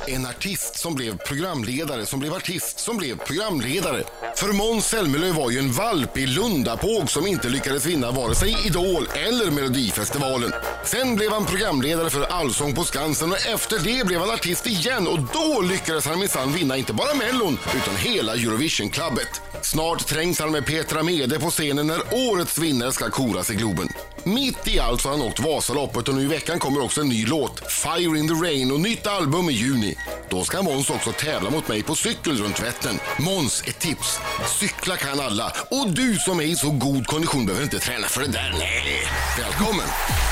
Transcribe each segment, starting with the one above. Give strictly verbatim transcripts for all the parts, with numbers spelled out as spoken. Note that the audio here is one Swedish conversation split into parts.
En artist som blev programledare, som blev artist, som blev programledare. För Måns Zelmerlöw var ju en valp i Lundapåg som inte lyckades vinna vare sig Idol eller Melodifestivalen. Sen blev han programledare för Allsång på Skansen och efter det blev han artist igen och då lyckades han minsann vinna inte bara Mellon utan hela Eurovision-klubbet. Snart trängs han med Petra Mede på scenen när årets vinnare ska koras i Globen. Mitt i allt så har han åkt Vasaloppet och nu i veckan kommer också en ny låt, Fire in the Rain, och nytt album i juni. Då ska Måns också tävla mot mig på cykel runt Vättern. Måns, ett tips. Cykla kan alla. Och du som är i så god kondition behöver inte träna för det där. Nej. Välkommen.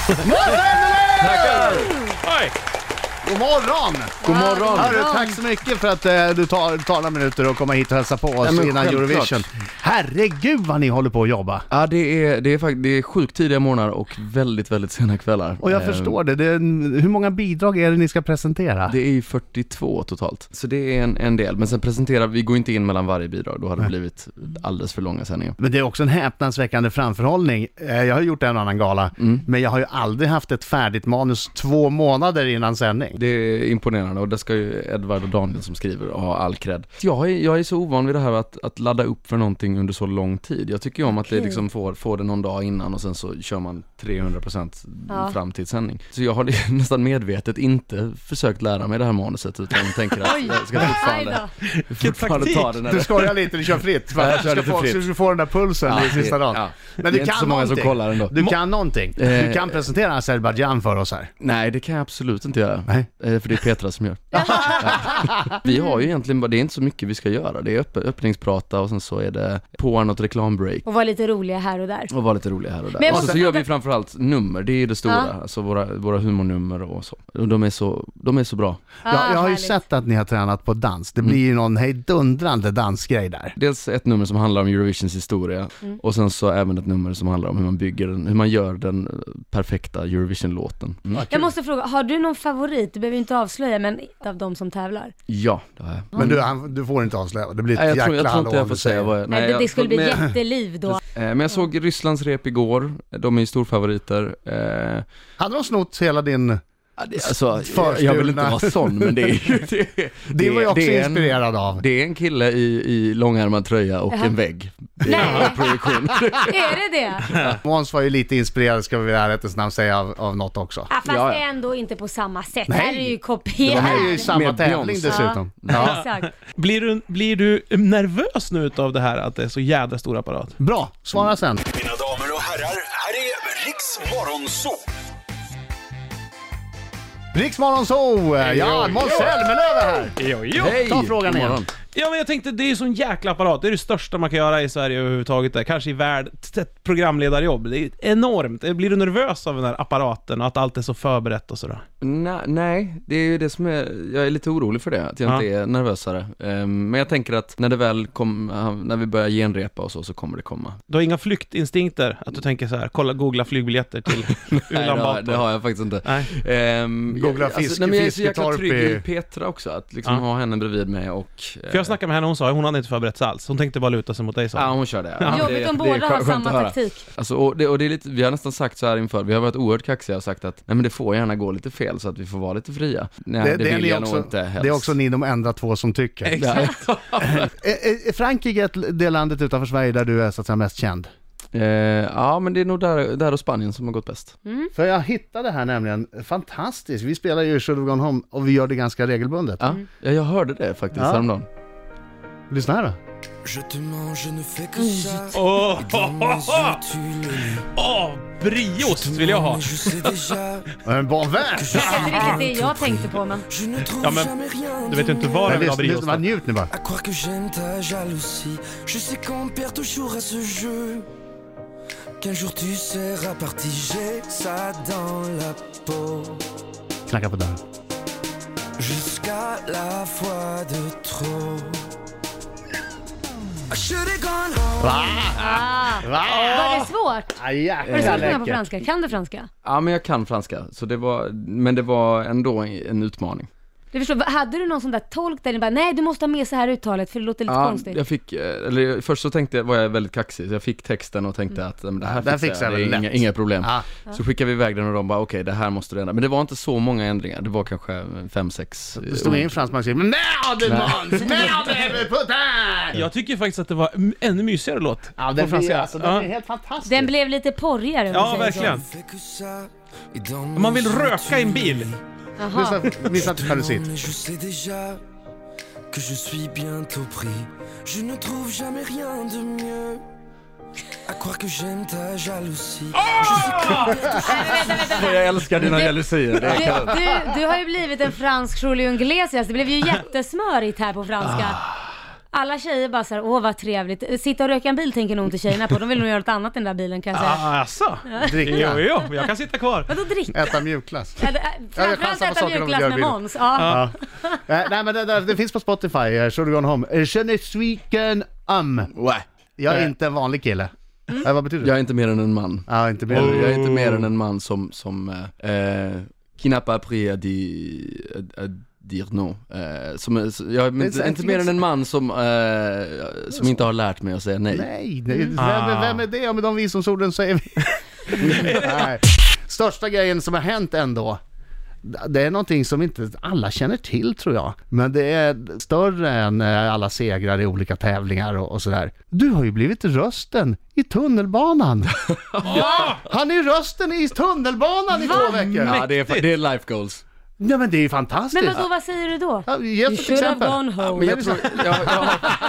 Tackar. Hej. God morgon! God morgon! Hörru, tack så mycket för att eh, du tar, tar några minuter och kommer hit och hälsa på oss ja, innan självklart. Eurovision. Herregud vad ni håller på att jobba. Ja, det är, det är, fakt- det är sjukt tidiga morgnar och väldigt, väldigt sena kvällar. Och jag eh, förstår det. det är en, hur många bidrag är det ni ska presentera? Det är ju fyrtiotvå totalt. Så det är en, en del. Men sen presenterar vi, går inte in mellan varje bidrag. Då hade det blivit alldeles för långa sändningar. Men det är också en häpnadsväckande framförhållning. Eh, jag har gjort en annan gala, Mm. men jag har ju aldrig haft ett färdigt manus två månader innan sändning. Det är imponerande och det ska ju Edvard och Daniel som skriver ha all cred. Jag är, jag är så ovan vid det här att, att ladda upp för någonting under så lång tid. Jag tycker ju om att det liksom får, får det någon dag innan och sen så kör man trehundra procent Ja. fram till sändning. Så jag har nästan medvetet inte försökt lära mig det här manuset utan tänker att Oj. jag ska fortfarande, fortfarande ta det när Du det... skojar lite, du kör fritt. Ja, jag Du kör ska lite få, fritt. så du får den där pulsen Ja, i sista det- dagen. ja. Men Det du är inte kan så många som någonting. kollar ändå. Du kan någonting. Du Eh, kan presentera Azerbaijan för oss här. Nej, det kan jag absolut inte göra. Nej. Eh, För det är Petra som gör. Ja. Vi har ju egentligen bara, det är inte så mycket vi ska göra. Det är öpp- öppningsprata och sen så är det på något reklambreak. Och var lite roliga här och där. Och vara lite roliga här och där. Men jag Och så, måste så gör fråga- vi framförallt nummer, det är det stora. Ja. Alltså våra, våra humornummer och så. Och de är så, de är så bra. Jag, jag har ju härligt. sett att ni har tränat på dans. Det blir ju någon hejdundrande dansgrej där. Dels ett nummer som handlar om Eurovisions historia Mm. och sen så även ett nummer som handlar om hur man bygger den, hur man gör den perfekta Eurovision-låten. Mm. Jag måste fråga, har du någon favorit? Du behöver ju inte avslöja, men av de som tävlar. Ja, det har jag. Men du, han, du får inte avslöja. Det blir ett Nej, jag, tror, jäkla jag tror inte hallå jag om får du säga säger. vad jag... Nej, det, jag- det skulle bli men- jätteliv då. Eh, Men jag såg Rysslands rep igår. De är ju storfavoriter. Eh, Hade de snott hela din... ja, det, alltså, Förstulna. jag vill inte vara sån, men det är ju... Det, Det var jag också det är en- inspirerad av. Det är en kille i, i långärmad tröja och Jaha. en vägg. Det Nej. är en projektion. Är det det? Måns var ju lite inspirerad, ska vi väl rättens namn säga, av, av något också. Ja, fast Ja, ja. ändå inte på samma sätt. Nej. Här är ju Det kopierat. här är ju samma Med tävling Beyoncé. dessutom. Ja, exakt. Blir du, blir du nervös nu utav det här att det är så jädra stor apparat? Bra, svara sen. Mina damer och herrar, här är Riks Morgonzoo! Riksmorgon så, ja, Måns Zelmerlöw är här. Jo, jo. Hej! Ta frågan God igen. morgon. Ja, men jag tänkte, det är ju sån jäkla apparat. Det är det största man kan göra i Sverige överhuvudtaget. Där. Kanske i värld, ett programledarjobb. Det är enormt. Blir du nervös av den här apparaten och att allt är så förberett och sådär? Nej, nej, det är ju det som är, jag är lite orolig för det, att jag Ja. inte är nervösare. Ehm, men jag tänker att när det väl kom, när vi börjar genrepa och så, så kommer det komma. Du har inga flyktinstinkter? Att du tänker så här, kolla, googla flygbiljetter till Nej, det har, Ulan det Bator? har jag faktiskt inte. Nej. Ehm, Googla jag- fisk- nej, men jag är så jäkla fisketorp trygg i- i Petra också, att liksom Ja. ha henne bredvid mig och... För jag snackade med henne och hon sa, hon hade inte förberett sig alls. Hon tänkte bara luta sig mot dig, så. Ja, hon kör det. Ja, Jobbigt det- om det är båda har skönt samma att höra. taktik. Alltså, och, det, och det är lite, vi har nästan sagt så här inför, vi har varit oerhört kaxiga och sagt att nej, men det får gärna gå lite fel så att vi får vara lite fria. Nej, det, Det, det, är vill ni jag också, nog inte helst. det är också ni de enda två som tycker. Exakt. Är, är Frankrike ett, det landet utanför Sverige där du är så att säga mest känd? Eh, ja, men det är nog där, där och Spanien som har gått bäst. För jag hittade här nämligen, fantastiskt, vi spelar ju Should Have Gone Home och vi gör det ganska regelbundet. Ja, ja jag hörde det faktiskt Ja. häromdagen. Lyssna här då. Je te mange, je ne fais que ça. Åh, Dans mes yeux, tu le åh, briost vill jag ha. Mais je sais déjà En bon vin! Det är inte riktigt det jag tänkte på, men... Je ne trouve Ja, men jamais rien du vet ju inte var Men den har lyssna, lyssna, bara briosten. njut nu bara. à croire que j'aime ta jalousie. Je sais qu'on perd toujours à ce jeu. Qu'un jour tu seras parti, j'ai ça dans la peau. Knacka på dörren. Jusqu'à la fois de trop. I should have gone home. Ah, Va? var det svårt? Ah, Har du jäkla sagt det här på läckert. franska? Kan du franska? Ja, men jag kan franska, så det var, men det var ändå en utmaning. Du förstår, hade du någon sån där tolk där ni bara, nej du måste ha med så här uttalet för det låter lite Ja, konstigt? jag fick, eller först så tänkte jag, var jag väldigt kaxig, så jag fick texten och tänkte att men det här Den fixar fixar jag, jag det är väl inga, lätt. inga problem. Ah. Så skickade vi iväg den och de bara okej, okay, det här måste du ändra. Men det var inte så många ändringar, det var kanske fem, sex. Det stod in fransman och säger Merde Måns, merde putain! Jag tycker faktiskt att det var m- ännu mysigare låt. Ja, på den franska. blir, alltså, den Ja. är helt fantastisk. Den blev lite porrigare om Ja, man säger verkligen. Fais que ça, et dans Man mon vill jeu, röka i en bil. så. Jaha. Lyssna, lyssna till Palusit. Mais je sais déjà que je suis bientôt pris. Je ne trouve jamais rien de mieux. À croire que j'aime ta jalousie. Je sais Jag älskar dina jalusier. Det är Du, kul. du, du har ju blivit en fransk Julio Iglesias. Det blev ju jättesmörigt här på franska. Alla tjejer bara såhär, åh vad trevligt. Sitta och röka en bil tänker nog inte tjejerna på. De vill nog göra något annat i den där bilen kan jag säga. Ah, asså? Dricka. Jo, jo, jag kan sitta kvar. Vadå dricka? Äta mjukglass. Ja, det- Framförallt chansar på äta saker de mjukglass gör med bil. Måns. Ja. Ja. Eh, Nej men det, där, det finns på Spotify, uh, Should Have Gone Home. Uh, Je ne suis qu'un homme. Jag är inte en vanlig kille. Eh, vad betyder det? Jag är inte mer än en man. Ja, inte mer. Eller, jag är inte mer än en man som, som eh, eh, qui n'a pas appris à di- à- à dire non. Eh, som, är- så- jag är Det är inte, så- inte mer än en man som, eh, som inte har lärt mig att säga nej. Nej, det, vem, är- vem är det? Med de visdomsorden säger vi. Nej. Största grejen som har hänt ändå, det är någonting som inte alla känner till tror jag. Men det är större än eh, alla segrar i olika tävlingar och, och sådär. Du har ju blivit rösten i tunnelbanan. Ja! Han är ju rösten i tunnelbanan i två veckor. Ja, det är, det är life goals. Ja men det är ju fantastiskt. Men vadå, vad säger du då? Ja, ge You oss ett should have exempel. gone home. Men jag tror, jag, jag...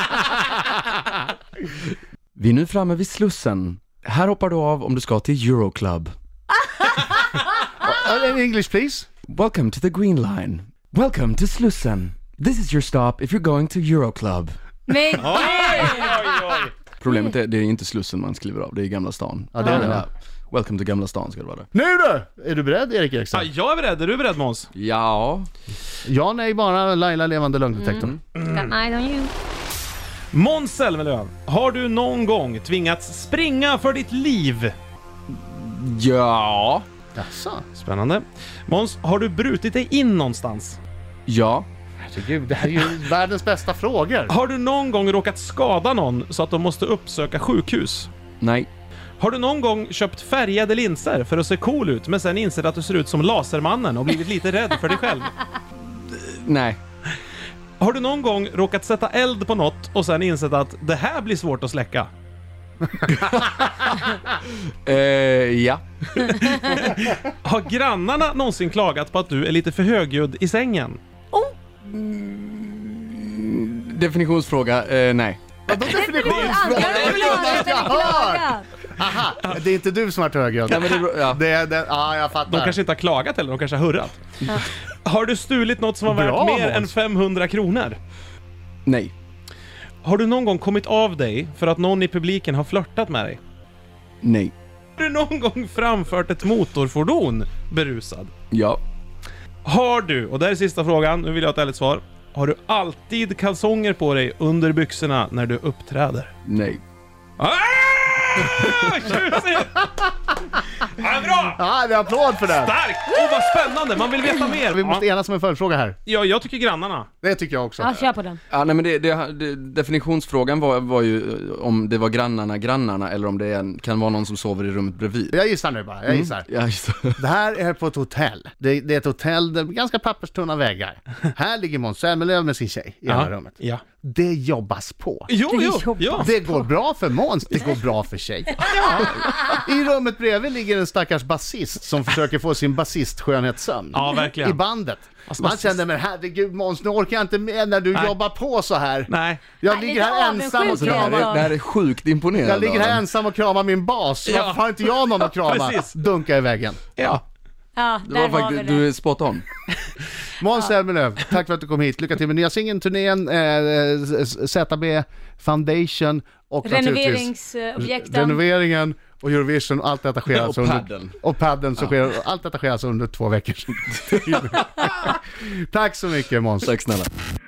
Vi är nu framme vid Slussen. Här hoppar du av om du ska till Euroclub. Uh, in English please. Welcome to the Green Line. Welcome to Slussen. This is your stop if you're going to Euroclub. Men Oj, oj, oj. Problemet är, det är inte Slussen man skriver av, det är Gamla stan. Ja, det är det. Ja. Welcome to Gamla stan ska det vara där. Nu då! Är du beredd Erik Eriksson? Ja, jag är beredd. Är du beredd Måns? Ja. Ja, nej, bara Laila levande lögndetektorn. I don't you. Måns Zelmerlöw, har du någon gång tvingats springa för ditt liv? Ja. Jaså? Spännande. Måns, har du brutit dig in någonstans? Ja. Herregud, det här är ju världens bästa frågor. Har du någon gång råkat skada någon så att de måste uppsöka sjukhus? Nej. Har du någon gång köpt färgade linser för att se cool ut men sen insett att du ser ut som Lasermannen och blivit lite rädd för dig själv? Nej. Har du någon gång råkat sätta eld på något och sen insett att det här blir svårt att släcka? Eh, ja. Har grannarna någonsin klagat på att du är lite för högljudd i sängen? Definitionsfråga, eh, nej. Vadå Aldrig definitionsfråga? klagat eller klagat. Aha, det är inte du som har varit högljudd. Nej, men det är bra, ja. Det är det, ja jag fattar. De kanske inte har klagat eller de kanske har hurrat. Har du stulit något som var Bra, värt mer Måns. än femhundra kronor? Nej. Har du någon gång kommit av dig för att någon i publiken har flörtat med dig? Nej. Har du någon gång framfört ett motorfordon berusad? Ja. Har du, och det här är sista frågan, nu vill jag ha ett ärligt svar. Har du alltid kalsonger på dig under byxorna när du uppträder? Nej. Ah! Tjusigt! Ja, bra! Ja, vi har applåd för det. Starkt! Åh, vad spännande! Man vill veta mer. Vi måste enas om en följdfråga här. Ja, jag tycker grannarna. Det tycker jag också. Ja, kör på den. Ja, nej men det, det, det, definitionsfrågan var, var ju om det var grannarna, grannarna eller om det är en, kan vara någon som sover i rummet bredvid. Jag gissar nu bara, jag gissar. Ja, just det. Det här är på ett hotell. Det, det är ett hotell där ganska papperstunna väggar. Här ligger Måns Zelmerlöw med sin tjej i ena rummet. Ja. Det jobbas på. Jo, Det jo, jobbas. ja. Det går bra för Måns, det går bra för tjej. I rummet bredvid ligger en stackars basist som försöker få sin basist-skönhetssömn. Ja, verkligen. I bandet. Alltså, Man basist. känner, men herregud Måns, nu orkar jag inte med när du Nej. jobbar på så här. Nej. Jag Nej, ligger lite här ensam och avundsjuk Det här, är kramar. är, det här är sjukt imponerande. Jag ligger här Adam. ensam och kramar min bas. Ja. Varför har inte jag någon att krama? Precis. Dunka i väggen. Ja. Ja, Det där var var vi faktiskt, det. du är spot on. Måns Zelmerlöw, tack för att du kom hit. Lycka till med nya singeln, turnén, eh, S- Z B Foundation och naturligtvis Renoveringsobjekten. renoveringen och Eurovision. Allt detta sker Och alltså under, paddeln. och paddeln som sker. Allt detta sker alltså under två veckor. Tack så mycket Måns. Tack snälla.